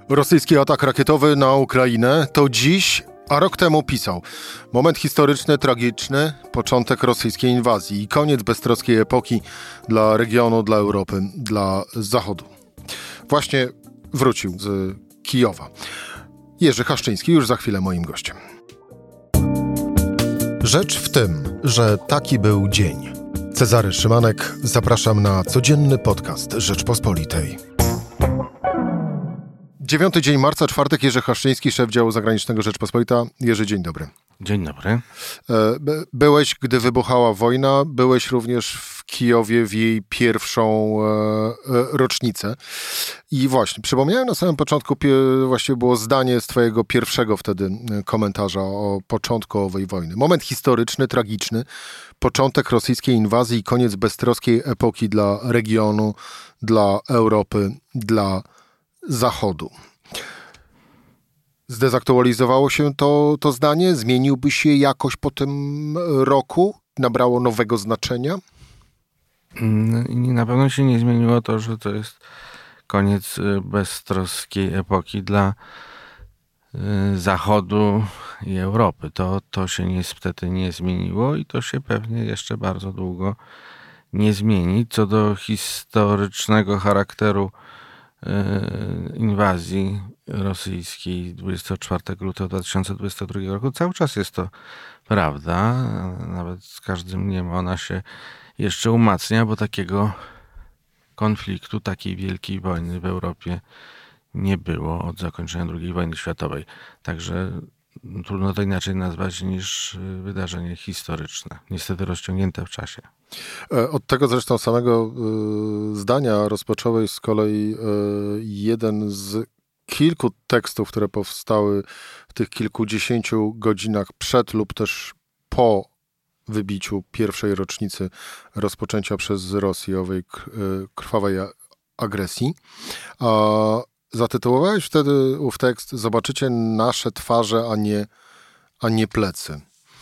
Rosyjski atak rakietowy na Ukrainę to dziś, a rok temu pisał. Moment historyczny, tragiczny, początek rosyjskiej inwazji i koniec beztroskiej epoki dla regionu, dla Europy, dla Zachodu. Właśnie wrócił z Kijowa. Jerzy Haszczyński już za chwilę moim gościem. Rzecz w tym, że taki był dzień. Cezary Szymanek, zapraszam na codzienny podcast Rzeczpospolitej. 9 dzień marca, czwartek, Jerzy Haszczyński, szef działu zagranicznego Rzeczpospolita. Jerzy, dzień dobry. Dzień dobry. Byłeś, gdy wybuchała wojna, byłeś również w Kijowie w jej pierwszą rocznicę. I właśnie, przypomniałem na samym początku, właściwie było zdanie z twojego pierwszego wtedy komentarza o początku owej wojny. Moment historyczny, tragiczny, początek rosyjskiej inwazji i koniec beztroskiej epoki dla regionu, dla Europy, dla Zachodu. Zdezaktualizowało się to zdanie? Zmieniłby się jakoś po tym roku? Nabrało nowego znaczenia? Na pewno się nie zmieniło to, że to jest koniec beztroskiej epoki dla Zachodu i Europy. To się niestety nie zmieniło i to się pewnie jeszcze bardzo długo nie zmieni. Co do historycznego charakteru inwazji rosyjskiej 24 lutego 2022 roku, cały czas jest to prawda. Nawet z każdym dniem ona się jeszcze umacnia, bo takiego konfliktu, takiej wielkiej wojny w Europie nie było od zakończenia II wojny światowej. Także trudno to inaczej nazwać niż wydarzenie historyczne, niestety rozciągnięte w czasie. Od tego zresztą samego zdania rozpocząłeś z kolei jeden z kilku tekstów, które powstały w tych kilkudziesięciu godzinach przed lub też po wybiciu pierwszej rocznicy rozpoczęcia przez Rosję owej krwawej agresji. Zatytułowałeś wtedy ów tekst "Zobaczycie nasze twarze, a nie plecy".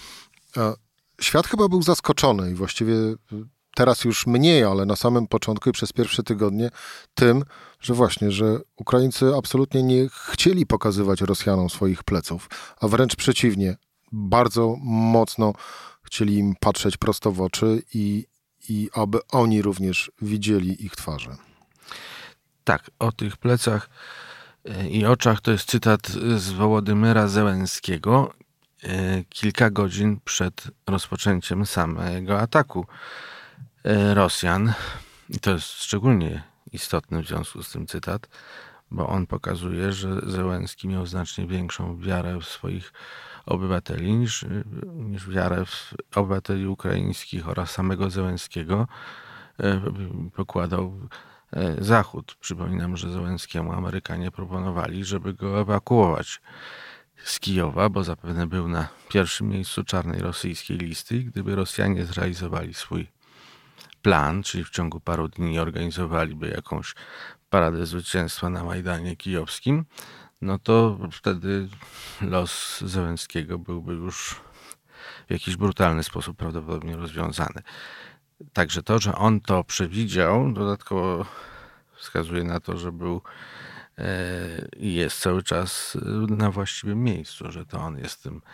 Świat chyba był zaskoczony i właściwie teraz już mniej, ale na samym początku i przez pierwsze tygodnie tym, że właśnie, że Ukraińcy absolutnie nie chcieli pokazywać Rosjanom swoich pleców, a wręcz przeciwnie, bardzo mocno chcieli im patrzeć prosto w oczy i aby oni również widzieli ich twarze. Tak, o tych plecach i oczach to jest cytat z Wołodymyra Zełenskiego kilka godzin przed rozpoczęciem samego ataku Rosjan. I to jest szczególnie istotny w związku z tym cytat, bo on pokazuje, że Zełenski miał znacznie większą wiarę w swoich obywateli niż wiarę w obywateli ukraińskich oraz samego Zełenskiego pokładał Zachód. Przypominam, że Zełenskiemu Amerykanie proponowali, żeby go ewakuować z Kijowa, bo zapewne był na pierwszym miejscu czarnej rosyjskiej listy i gdyby Rosjanie zrealizowali swój plan, czyli w ciągu paru dni organizowaliby jakąś paradę zwycięstwa na Majdanie Kijowskim, no to wtedy los Zełenskiego byłby już w jakiś brutalny sposób prawdopodobnie rozwiązany. Także to, że on to przewidział, dodatkowo wskazuje na to, że był i jest cały czas na właściwym miejscu, że to on jest tym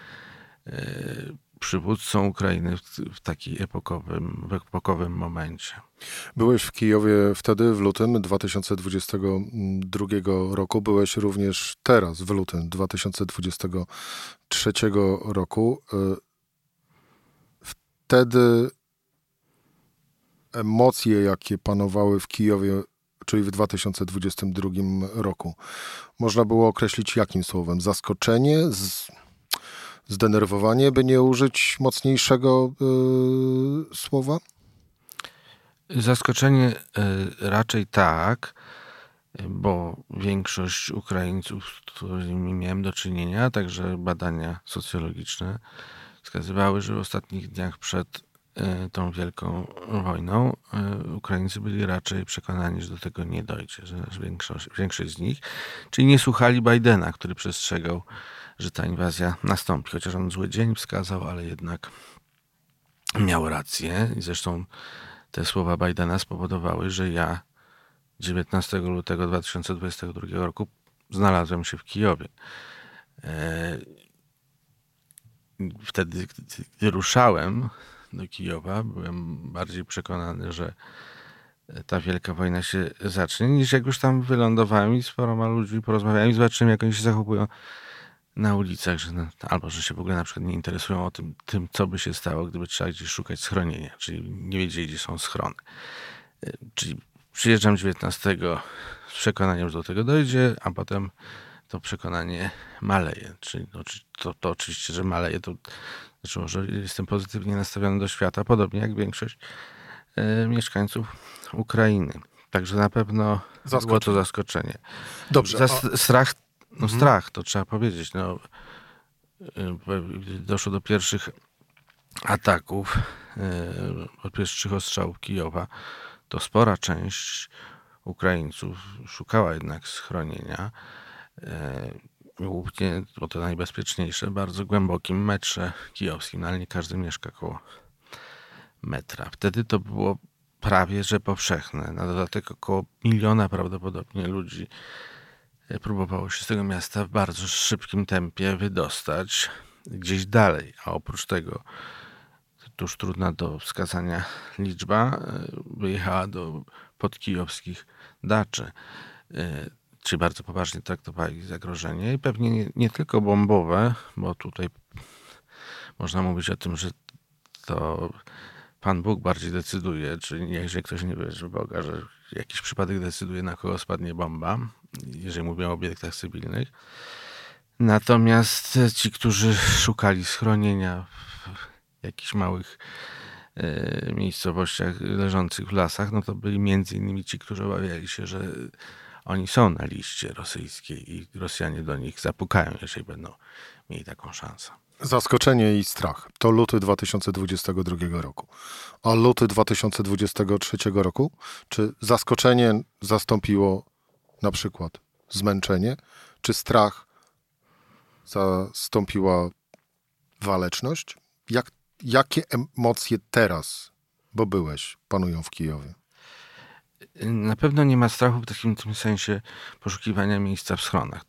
przywódcą Ukrainy w takim epokowym momencie. Byłeś w Kijowie wtedy, w lutym 2022 roku. Byłeś również teraz, w lutym 2023 roku. Wtedy emocje, jakie panowały w Kijowie, czyli w 2022 roku, można było określić jakim słowem? Zaskoczenie? Zdenerwowanie, by nie użyć mocniejszego słowa? Zaskoczenie raczej tak, bo większość Ukraińców, z którymi miałem do czynienia, także badania socjologiczne wskazywały, że w ostatnich dniach przed tą wielką wojną Ukraińcy byli raczej przekonani, że do tego nie dojdzie, że większość z nich, czyli nie słuchali Bidena, który przestrzegał, że ta inwazja nastąpi, chociaż on zły dzień wskazał, ale jednak miał rację i zresztą te słowa Bidena spowodowały, że ja 19 lutego 2022 roku znalazłem się w Kijowie. Wtedy, gdy ruszałem do Kijowa, byłem bardziej przekonany, że ta wielka wojna się zacznie, niż jak już tam wylądowałem i z paroma ludźmi porozmawiałem i zobaczyłem, jak oni się zachowują na ulicach, albo że się w ogóle na przykład nie interesują o tym, co by się stało, gdyby trzeba gdzieś szukać schronienia, czyli nie wiedzieli, gdzie są schrony. Czyli przyjeżdżam 19 z przekonaniem, że do tego dojdzie, a potem to przekonanie maleje. Czyli to oczywiście, że maleje, to znaczy, że jestem pozytywnie nastawiony do świata, podobnie jak większość mieszkańców Ukrainy. Także na pewno było to zaskoczenie. Dobrze. Strach, strach, to trzeba powiedzieć. Doszło do pierwszych ataków, od pierwszych ostrzałów Kijowa, to spora część Ukraińców szukała jednak schronienia. Głównie, bo to najbezpieczniejsze, bardzo głębokim metrze kijowskim, ale nie każdy mieszka koło metra. Wtedy to było prawie że powszechne. Na dodatek około 1 miliona prawdopodobnie ludzi próbowało się z tego miasta w bardzo szybkim tempie wydostać gdzieś dalej. A oprócz tego, to już trudna do wskazania liczba, wyjechała do podkijowskich daczy. Czyli bardzo poważnie traktowali zagrożenie i pewnie nie tylko bombowe, bo tutaj można mówić o tym, że to Pan Bóg bardziej decyduje, czyli jeżeli ktoś nie wierzy w Boga, że jakiś przypadek decyduje, na kogo spadnie bomba, jeżeli mówię o obiektach cywilnych. Natomiast ci, którzy szukali schronienia w jakichś małych miejscowościach leżących w lasach, no to byli między innymi ci, którzy obawiali się, że oni są na liście rosyjskiej i Rosjanie do nich zapukają, jeżeli będą mieli taką szansę. Zaskoczenie i strach. To luty 2022 roku. A luty 2023 roku? Czy zaskoczenie zastąpiło na przykład zmęczenie? Czy strach zastąpiła waleczność? Jakie emocje teraz, bo panują w Kijowie? Na pewno nie ma strachu w takim tym sensie poszukiwania miejsca w schronach.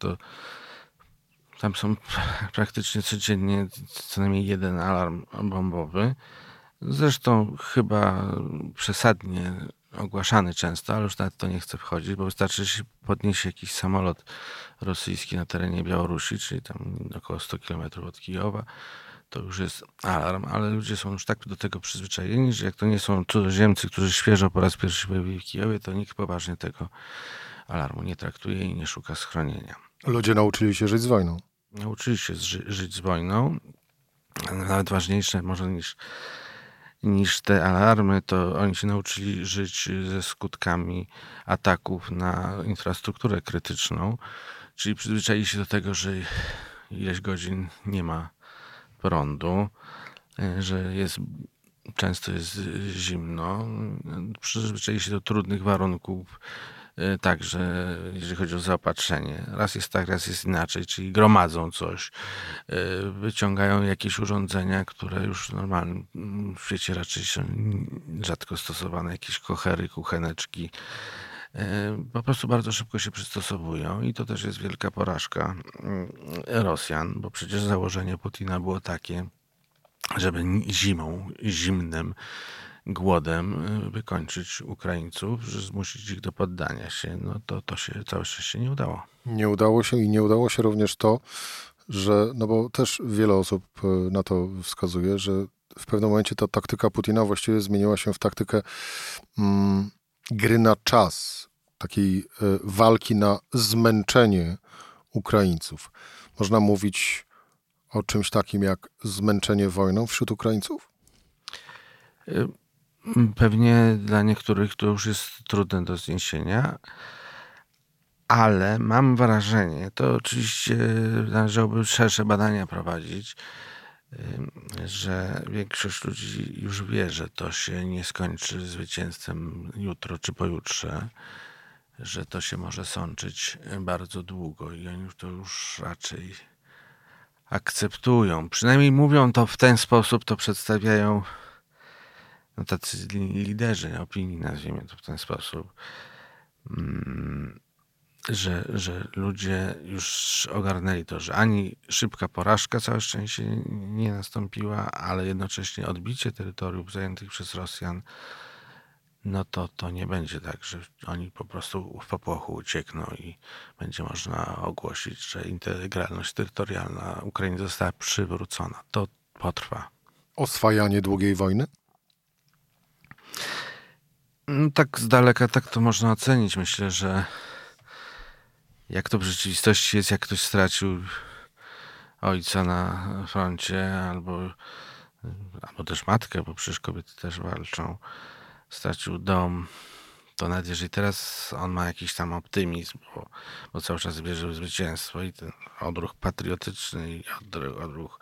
Tam są praktycznie codziennie co najmniej jeden alarm bombowy. Zresztą chyba przesadnie ogłaszany często, ale już nawet to nie chcę wchodzić, bo wystarczy, że się podniesie jakiś samolot rosyjski na terenie Białorusi, czyli tam około 100 km od Kijowa, to już jest alarm, ale ludzie są już tak do tego przyzwyczajeni, że jak to nie są cudzoziemcy, którzy świeżo po raz pierwszy pojawili w Kijowie, to nikt poważnie tego alarmu nie traktuje i nie szuka schronienia. Ludzie nauczyli się żyć z wojną. Nauczyli się żyć z wojną. Nawet ważniejsze może niż te alarmy, to oni się nauczyli żyć ze skutkami ataków na infrastrukturę krytyczną, czyli przyzwyczaili się do tego, że ileś godzin nie ma prądu, że często jest zimno. Przyzwyczaili się do trudnych warunków, także jeżeli chodzi o zaopatrzenie. Raz jest tak, raz jest inaczej, czyli gromadzą coś, wyciągają jakieś urządzenia, które już w normalnym świecie raczej są rzadko stosowane, jakieś kochery, kucheneczki. Po prostu bardzo szybko się przystosowują i to też jest wielka porażka Rosjan, bo przecież założenie Putina było takie, żeby zimnym głodem wykończyć Ukraińców, że zmusić ich do poddania się. No to się całe szczęście nie udało. Nie udało się i nie udało się również to, że, no bo też wiele osób na to wskazuje, że w pewnym momencie ta taktyka Putina właściwie zmieniła się w taktykę gry na czas, takiej walki na zmęczenie Ukraińców. Można mówić o czymś takim jak zmęczenie wojną wśród Ukraińców? Pewnie dla niektórych to już jest trudne do zniesienia, ale mam wrażenie, to oczywiście należałoby szersze badania prowadzić, że większość ludzi już wie, że to się nie skończy zwycięstwem jutro czy pojutrze, że to się może sączyć bardzo długo i oni to już raczej akceptują. Przynajmniej mówią to w ten sposób, to przedstawiają tacy liderzy opinii, nazwijmy to w ten sposób. że ludzie już ogarnęli to, że ani szybka porażka, całe szczęście, nie nastąpiła, ale jednocześnie odbicie terytoriów zajętych przez Rosjan, no to nie będzie tak, że oni po prostu w popłochu uciekną i będzie można ogłosić, że integralność terytorialna Ukrainy została przywrócona. To potrwa. Oswajanie długiej wojny? No tak z daleka tak to można ocenić. Myślę, że jak to w rzeczywistości jest, jak ktoś stracił ojca na froncie albo też matkę, bo przecież kobiety też walczą, stracił dom, to nawet jeżeli teraz on ma jakiś tam optymizm, bo cały czas wierzy w zwycięstwo i ten odruch patriotyczny i odruch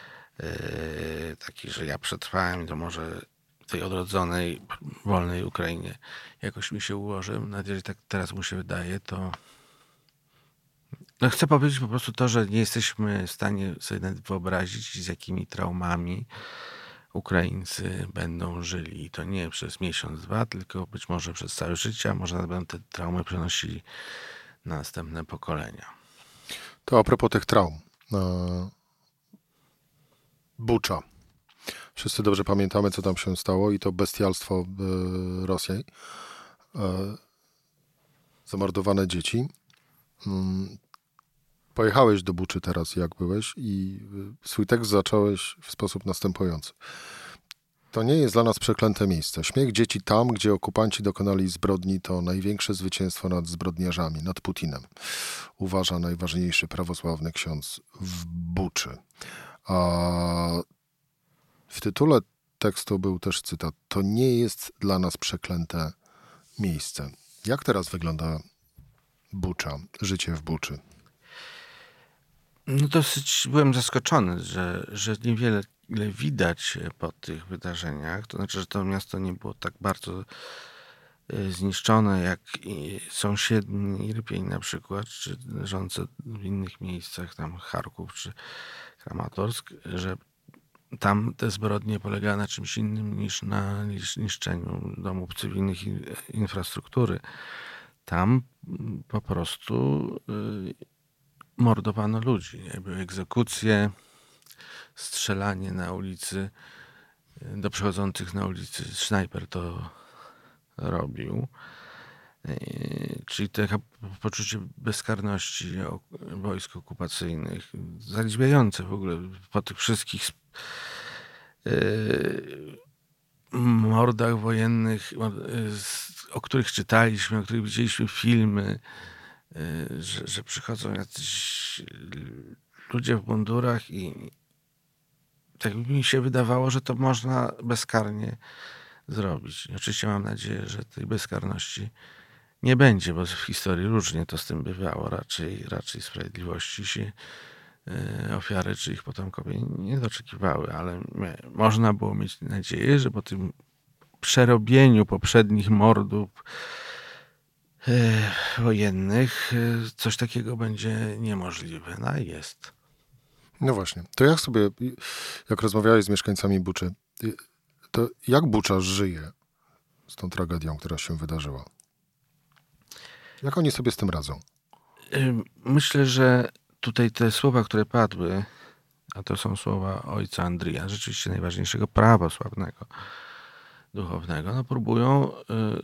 taki, że ja przetrwałem i to może w tej odrodzonej, wolnej Ukrainie jakoś mi się ułoży. Nawet jeżeli tak teraz mu się wydaje, to no chcę powiedzieć po prostu to, że nie jesteśmy w stanie sobie nawet wyobrazić, z jakimi traumami Ukraińcy będą żyli. I to nie przez miesiąc, dwa, tylko być może przez całe życie, a może nawet będą te traumy przenosili na następne pokolenia. To a propos tych traum. Bucza. Wszyscy dobrze pamiętamy, co tam się stało i to bestialstwo Rosji. Zamordowane dzieci. Pojechałeś do Buczy teraz, jak byłeś, i swój tekst zacząłeś w sposób następujący. To nie jest dla nas przeklęte miejsce. Śmiech dzieci tam, gdzie okupanci dokonali zbrodni, to największe zwycięstwo nad zbrodniarzami, nad Putinem. Uważa najważniejszy prawosławny ksiądz w Buczy. A w tytule tekstu był też cytat. To nie jest dla nas przeklęte miejsce. Jak teraz wygląda Bucza, życie w Buczy? No dosyć byłem zaskoczony, że niewiele widać po tych wydarzeniach. To znaczy, że to miasto nie było tak bardzo zniszczone jak sąsiedni Irpień na przykład, czy leżące w innych miejscach, tam Charków czy Kramatorsk, że tam te zbrodnie polegały na czymś innym niż na niszczeniu domów cywilnych i infrastruktury. Tam po prostu mordowano ludzi. Były egzekucje, strzelanie na ulicy. Do przechodzących na ulicy snajper to robił. Czyli takie poczucie bezkarności wojsk okupacyjnych. Zadziwiające w ogóle po tych wszystkich mordach wojennych, o których czytaliśmy, o których widzieliśmy filmy, że przychodzą jacyś ludzie w mundurach i tak mi się wydawało, że to można bezkarnie zrobić. Oczywiście mam nadzieję, że tej bezkarności nie będzie, bo w historii różnie to z tym bywało. Raczej sprawiedliwości się ofiary czy ich potomkowie nie doczekiwały, ale można było mieć nadzieję, że po tym przerobieniu poprzednich mordów wojennych coś takiego będzie niemożliwe. No i jest. No właśnie. To jak rozmawiałeś z mieszkańcami Buczy, to jak Bucza żyje z tą tragedią, która się wydarzyła? Jak oni sobie z tym radzą? Myślę, że tutaj te słowa, które padły, a to są słowa ojca Andrija, rzeczywiście najważniejszego prawosławnego duchownego, no próbują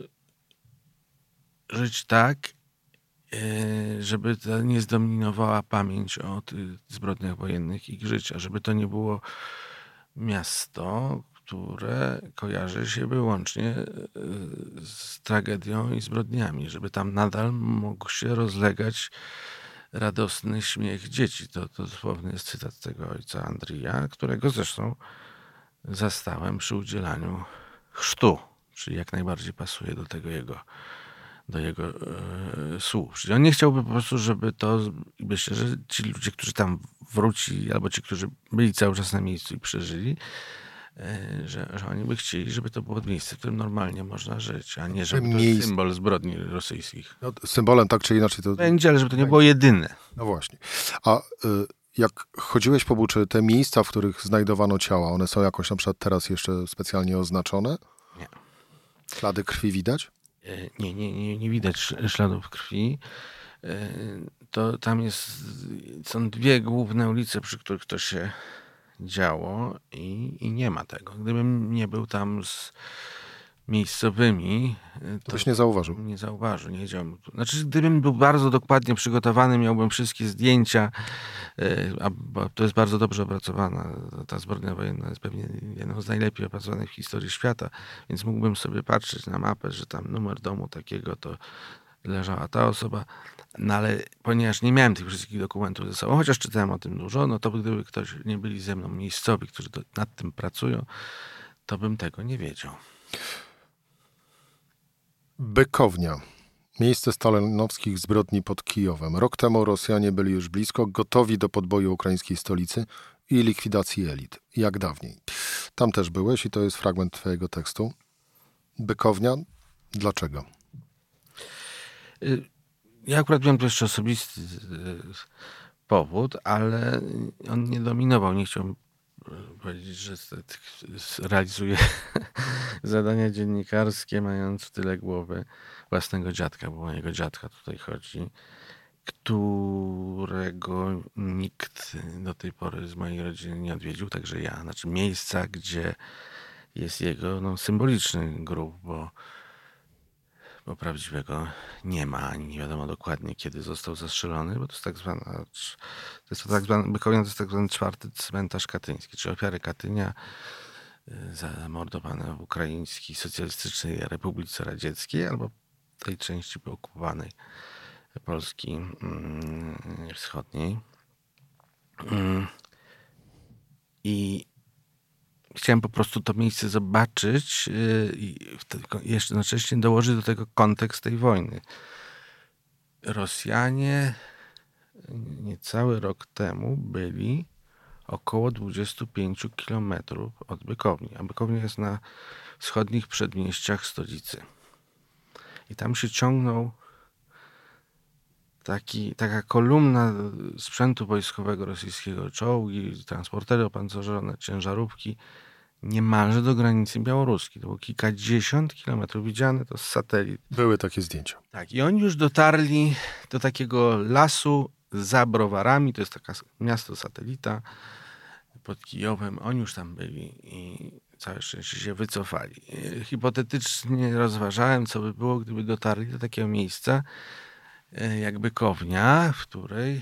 żyć tak, żeby to nie zdominowała pamięć o tych zbrodniach wojennych ich życia, żeby to nie było miasto, które kojarzy się wyłącznie z tragedią i zbrodniami, żeby tam nadal mógł się rozlegać radosny śmiech dzieci. To dosłowny jest cytat tego ojca Andrija, którego zresztą zastałem przy udzielaniu chrztu, czyli jak najbardziej pasuje do tego do jego słów. Czyli on nie chciałby po prostu, żeby to, myślę, że ci ludzie, którzy tam wrócili, albo ci, którzy byli cały czas na miejscu i przeżyli, że oni by chcieli, żeby to było miejsce, w którym normalnie można żyć, a nie żeby to jest symbol zbrodni rosyjskich. No, symbolem tak czy inaczej to będzie, ale żeby to nie było jedyne. No właśnie. A jak chodziłeś po Buczy, te miejsca, w których znajdowano ciała, one są jakoś na przykład teraz jeszcze specjalnie oznaczone? Nie. Ślady krwi widać? Nie widać śladów krwi. to tam są dwie główne ulice, przy których to się działo i nie ma tego. Gdybym nie był tam z miejscowymi, To byś nie zauważył. nie zauważył, nie wiedziałem. Znaczy, gdybym był bardzo dokładnie przygotowany, miałbym wszystkie zdjęcia, bo to jest bardzo dobrze opracowana. Ta zbrodnia wojenna jest pewnie jedną z najlepiej opracowanych w historii świata, więc mógłbym sobie patrzeć na mapę, że tam numer domu takiego to leżała ta osoba, no ale ponieważ nie miałem tych wszystkich dokumentów ze sobą, chociaż czytałem o tym dużo, no to gdyby ktoś nie byli ze mną miejscowi, którzy nad tym pracują, to bym tego nie wiedział. Bykownia. Miejsce stalinowskich zbrodni pod Kijowem. Rok temu Rosjanie byli już blisko, gotowi do podboju ukraińskiej stolicy i likwidacji elit, jak dawniej. Tam też byłeś i to jest fragment twojego tekstu. Bykownia. Dlaczego? Ja akurat miałem jeszcze osobisty powód, ale on nie dominował. Nie chciałbym powiedzieć, że realizuje zadania dziennikarskie, mając w tyle głowy własnego dziadka, bo mojego dziadka tutaj chodzi, którego nikt do tej pory z mojej rodziny nie odwiedził, także ja. Znaczy miejsca, gdzie jest jego symboliczny grób, bo prawdziwego nie ma, ani nie wiadomo dokładnie, kiedy został zastrzelony, bo to jest Bykownia to jest tak zwany czwarty cmentarz katyński, czyli ofiary Katynia zamordowane w Ukraińskiej Socjalistycznej Republice Radzieckiej albo tej części okupowanej Polski wschodniej. I chciałem po prostu to miejsce zobaczyć i jeszcze jednocześnie dołożyć do tego kontekst tej wojny. Rosjanie niecały rok temu byli około 25 kilometrów od Bykowni, a Bykownia jest na wschodnich przedmieściach stolicy. I tam się ciągnął taka kolumna sprzętu wojskowego rosyjskiego, czołgi, transportery opancerzone, ciężarówki, niemalże do granicy białoruskiej. To było kilkadziesiąt kilometrów, widziane to z satelit. Były takie zdjęcia. Tak, i oni już dotarli do takiego lasu za Browarami, to jest taka miasto satelita pod Kijowem. Oni już tam byli i całe szczęście się wycofali. Hipotetycznie rozważałem, co by było, gdyby dotarli do takiego miejsca jak Bykownia, w której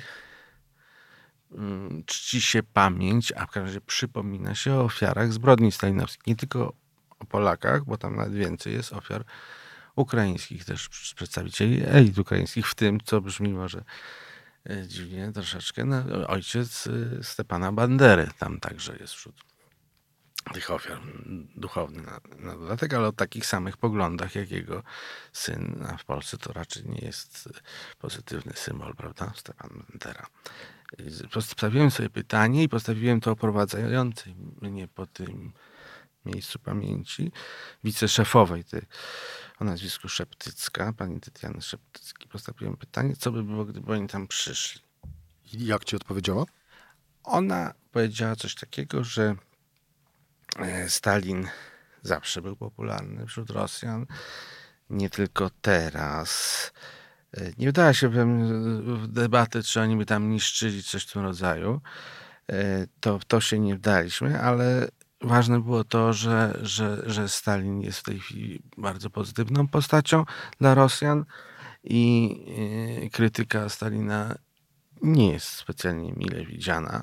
czci się pamięć, a w każdym razie przypomina się o ofiarach zbrodni stalinowskich. Nie tylko o Polakach, bo tam nawet więcej jest ofiar ukraińskich, też przedstawicieli elit ukraińskich, w tym, co brzmi może dziwnie troszeczkę, ojciec Stepana Bandery tam także jest wśród tych ofiar, duchowny na dodatek, ale o takich samych poglądach jak jego syn, a w Polsce to raczej nie jest pozytywny symbol, prawda, Stepan Bandera. Postawiłem sobie pytanie i postawiłem to oprowadzającej mnie po tym miejscu pamięci wiceszefowej o nazwisku Szeptycka, pani Tytiany Szeptyckiej. Postawiłem pytanie, co by było, gdyby oni tam przyszli. I jak ci odpowiedziała? Ona powiedziała coś takiego, że Stalin zawsze był popularny wśród Rosjan, nie tylko teraz. Nie wdała się w debatę, czy oni by tam niszczyli coś w tym rodzaju. W to się nie wdaliśmy, ale ważne było to, że Stalin jest w tej chwili bardzo pozytywną postacią dla Rosjan i krytyka Stalina nie jest specjalnie mile widziana.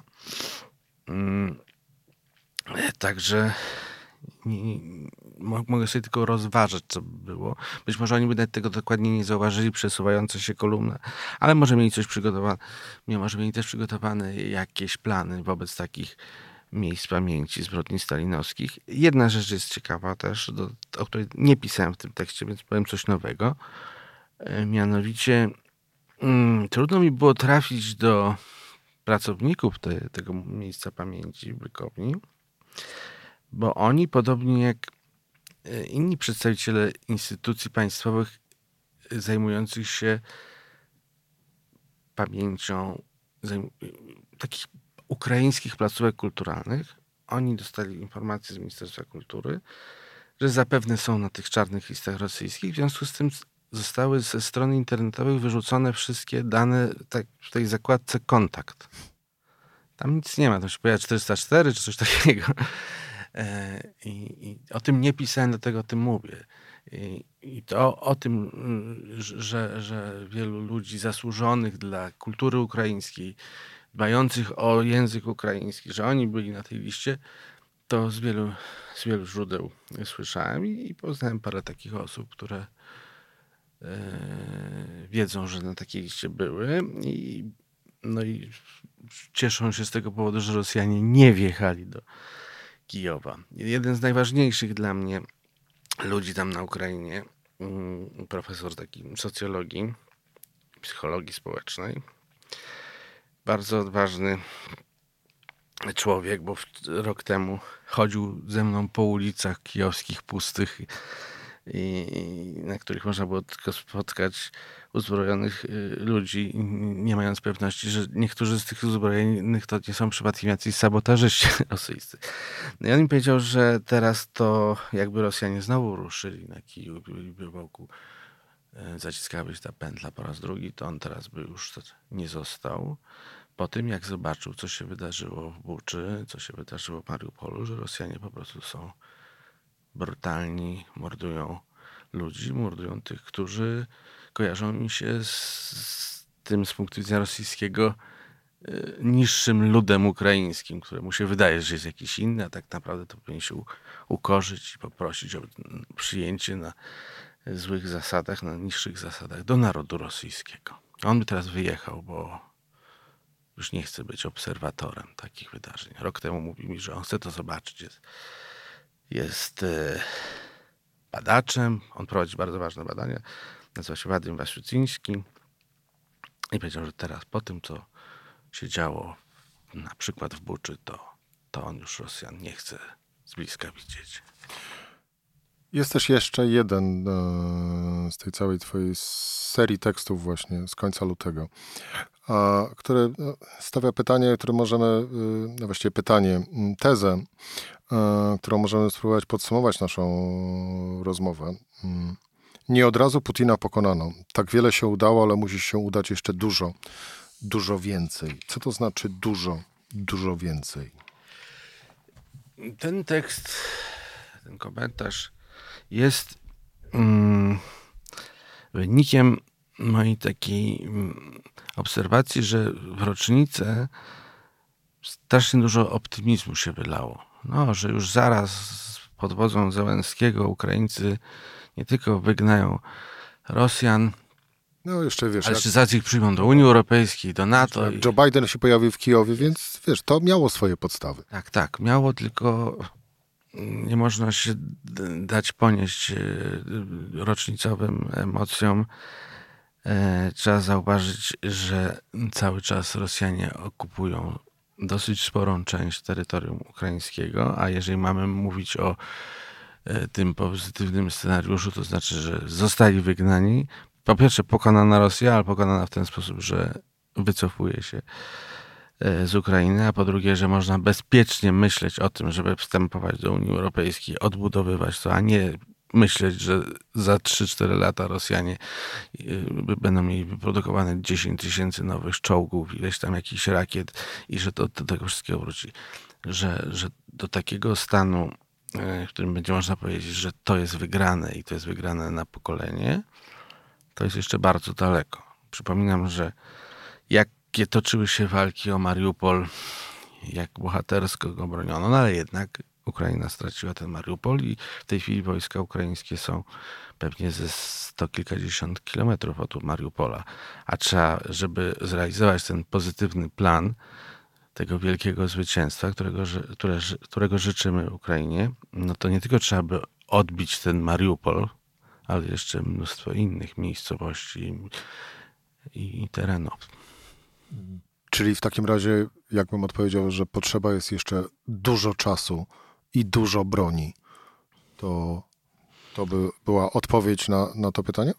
Także mogę sobie tylko rozważać, co by było. Być może oni by nawet tego dokładnie nie zauważyli, przesuwające się kolumny, ale może mieli coś przygotowane. Może mieli też przygotowane jakieś plany wobec takich miejsc pamięci zbrodni stalinowskich. Jedna rzecz jest ciekawa też, o której nie pisałem w tym tekście, więc powiem coś nowego. Mianowicie trudno mi było trafić do pracowników tego miejsca pamięci w Bykowni, bo oni, podobnie jak inni przedstawiciele instytucji państwowych zajmujących się pamięcią takich ukraińskich placówek kulturalnych, oni dostali informację z Ministerstwa Kultury, że zapewne są na tych czarnych listach rosyjskich, w związku z tym zostały ze strony internetowych wyrzucone wszystkie dane w tej zakładce kontakt. Tam nic nie ma, tam się pojawia 404 czy coś takiego. I o tym nie pisałem, dlatego o tym mówię. I to o tym, że wielu ludzi zasłużonych dla kultury ukraińskiej, dbających o język ukraiński, że oni byli na tej liście, to z wielu źródeł słyszałem i poznałem parę takich osób, które wiedzą, że na takiej liście były i cieszą się z tego powodu, że Rosjanie nie wjechali do Kijowa. Jeden z najważniejszych dla mnie ludzi tam na Ukrainie, profesor taki socjologii, psychologii społecznej, bardzo odważny człowiek, bo rok temu chodził ze mną po ulicach kijowskich pustych, na których można było tylko spotkać uzbrojonych ludzi, nie mając pewności, że niektórzy z tych uzbrojonych to nie są przypadkiem jacyś sabotażyści rosyjscy. No i on mi powiedział, że teraz to jakby Rosjanie znowu ruszyli na Kijów, byliby wokół, zaciskałaby się ta pętla po raz drugi, to on teraz by już nie został. Po tym, jak zobaczył, co się wydarzyło w Buczy, co się wydarzyło w Mariupolu, że Rosjanie po prostu są brutalni, mordują ludzi, mordują tych, którzy kojarzą mi się z tym z punktu widzenia rosyjskiego niższym ludem ukraińskim, któremu się wydaje, że jest jakiś inny, a tak naprawdę to powinien się ukorzyć i poprosić o przyjęcie na złych zasadach, na niższych zasadach do narodu rosyjskiego. On by teraz wyjechał, bo już nie chce być obserwatorem takich wydarzeń. Rok temu mówił mi, że on chce to zobaczyć. Jest badaczem, on prowadzi bardzo ważne badania, nazywa się Wadym Wasiuciński i powiedział, że teraz po tym, co się działo na przykład w Buczy, to on już Rosjan nie chce z bliska widzieć. Jest też jeszcze jeden z tej całej twojej serii tekstów właśnie z końca lutego, który stawia pytanie, które możemy, właściwie pytanie, tezę, którą możemy spróbować podsumować naszą rozmowę. Nie od razu Putina pokonano. Tak wiele się udało, ale musi się udać jeszcze dużo więcej. Co to znaczy dużo więcej? Ten tekst, ten komentarz jest wynikiem mojej takiej obserwacji, że w rocznicę strasznie dużo optymizmu się wylało. No, że już zaraz pod wodzą Zełenskiego Ukraińcy nie tylko wygnają Rosjan, no jeszcze wiesz, ale zaraz ich przyjmą do Unii Europejskiej, do NATO. Joe Biden się pojawił w Kijowie, więc wiesz, to miało swoje podstawy. Tak, miało, tylko nie można się dać ponieść rocznicowym emocjom. Trzeba zauważyć, że cały czas Rosjanie okupują dosyć sporą część terytorium ukraińskiego, a jeżeli mamy mówić o tym pozytywnym scenariuszu, to znaczy, że zostali wygnani. Po pierwsze pokonana Rosja, ale pokonana w ten sposób, że wycofuje się z Ukrainy, a po drugie, że można bezpiecznie myśleć o tym, żeby wstępować do Unii Europejskiej, odbudowywać to, a nie myśleć, że za 3-4 lata Rosjanie będą mieli wyprodukowane 10 000 nowych czołgów, ileś tam jakichś rakiet i że to do tego wszystkiego wróci. Że do takiego stanu, w którym będzie można powiedzieć, że to jest wygrane i to jest wygrane na pokolenie, to jest jeszcze bardzo daleko. Przypominam, że jakie toczyły się walki o Mariupol, jak bohatersko go broniono, no ale jednak Ukraina straciła ten Mariupol i w tej chwili wojska ukraińskie są pewnie ze 100 kilkadziesiąt kilometrów od Mariupola. A trzeba, żeby zrealizować ten pozytywny plan tego wielkiego zwycięstwa, którego życzymy Ukrainie, no to nie tylko trzeba by odbić ten Mariupol, ale jeszcze mnóstwo innych miejscowości i terenów. Czyli w takim razie, jakbym odpowiedział, że potrzeba jest jeszcze dużo czasu i dużo broni, to by była odpowiedź na to pytanie?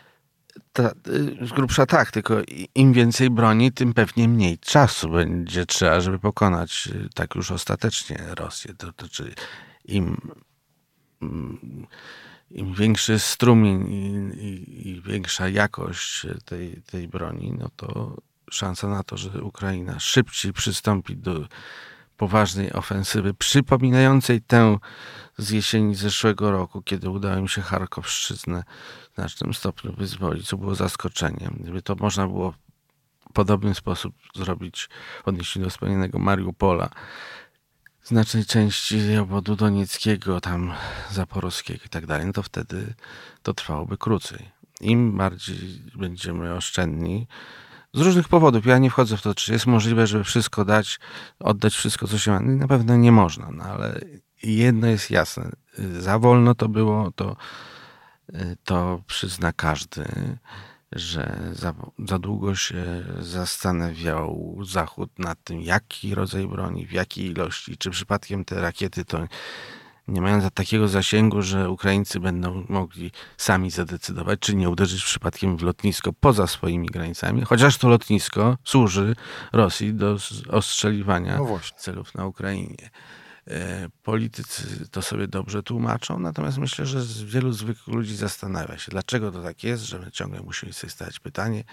Z grubsza tak, tylko im więcej broni, tym pewnie mniej czasu będzie trzeba, żeby pokonać tak już ostatecznie Rosję. To znaczy im im większy jest strumień i większa jakość tej broni, no to szansa na to, że Ukraina szybciej przystąpi do poważnej ofensywy, przypominającej tę z jesieni zeszłego roku, kiedy udało im się Charkowszczyznę w znacznym stopniu wyzwolić, co było zaskoczeniem. Gdyby to można było w podobny sposób zrobić w odniesieniu do wspomnianego Mariupola, znacznej części obwodu donieckiego, tam zaporowskiego i tak dalej, no to wtedy to trwałoby krócej. Im bardziej będziemy oszczędni, z różnych powodów. Ja nie wchodzę w to, czy jest możliwe, żeby wszystko dać, oddać wszystko, co się ma. Na pewno nie można, no ale jedno jest jasne. Za wolno to było, to przyzna każdy, że za długo się zastanawiał Zachód nad tym, jaki rodzaj broni, w jakiej ilości, czy przypadkiem te rakiety to nie mają takiego zasięgu, że Ukraińcy będą mogli sami zadecydować, czy nie uderzyć przypadkiem w lotnisko poza swoimi granicami, chociaż to lotnisko służy Rosji do ostrzeliwania celów na Ukrainie. Politycy to sobie dobrze tłumaczą, natomiast myślę, że wielu zwykłych ludzi zastanawia się, dlaczego to tak jest, że my ciągle musimy sobie stawiać pytanie,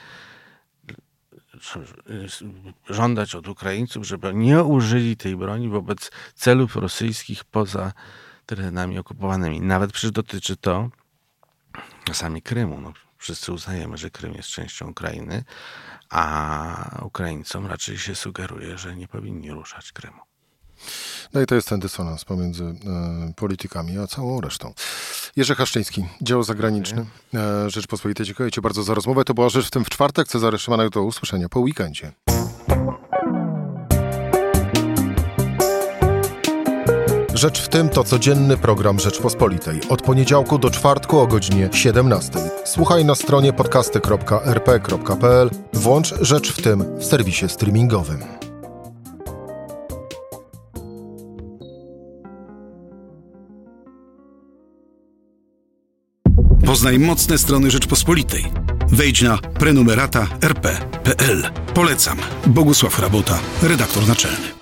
żądać od Ukraińców, żeby nie użyli tej broni wobec celów rosyjskich poza terenami okupowanymi. Nawet przecież dotyczy to czasami Krymu. No, wszyscy uznajemy, że Krym jest częścią Ukrainy, a Ukraińcom raczej się sugeruje, że nie powinni ruszać Krymu. No i to jest ten dysonans pomiędzy politykami a całą resztą. Jerzy Haszczyński, dział zagraniczny Rzeczpospolitej. Dziękuję Ci bardzo za rozmowę. To była Rzecz w tym w czwartek. Cezary Szymanek, do usłyszenia po weekendzie. Rzecz w tym to codzienny program Rzeczpospolitej. Od poniedziałku do czwartku o godzinie 17. Słuchaj na stronie podcasty.rp.pl. Włącz Rzecz w tym w serwisie streamingowym. Poznaj mocne strony Rzeczpospolitej. Wejdź na prenumerata.rp.pl. Polecam. Bogusław Rabota, redaktor naczelny.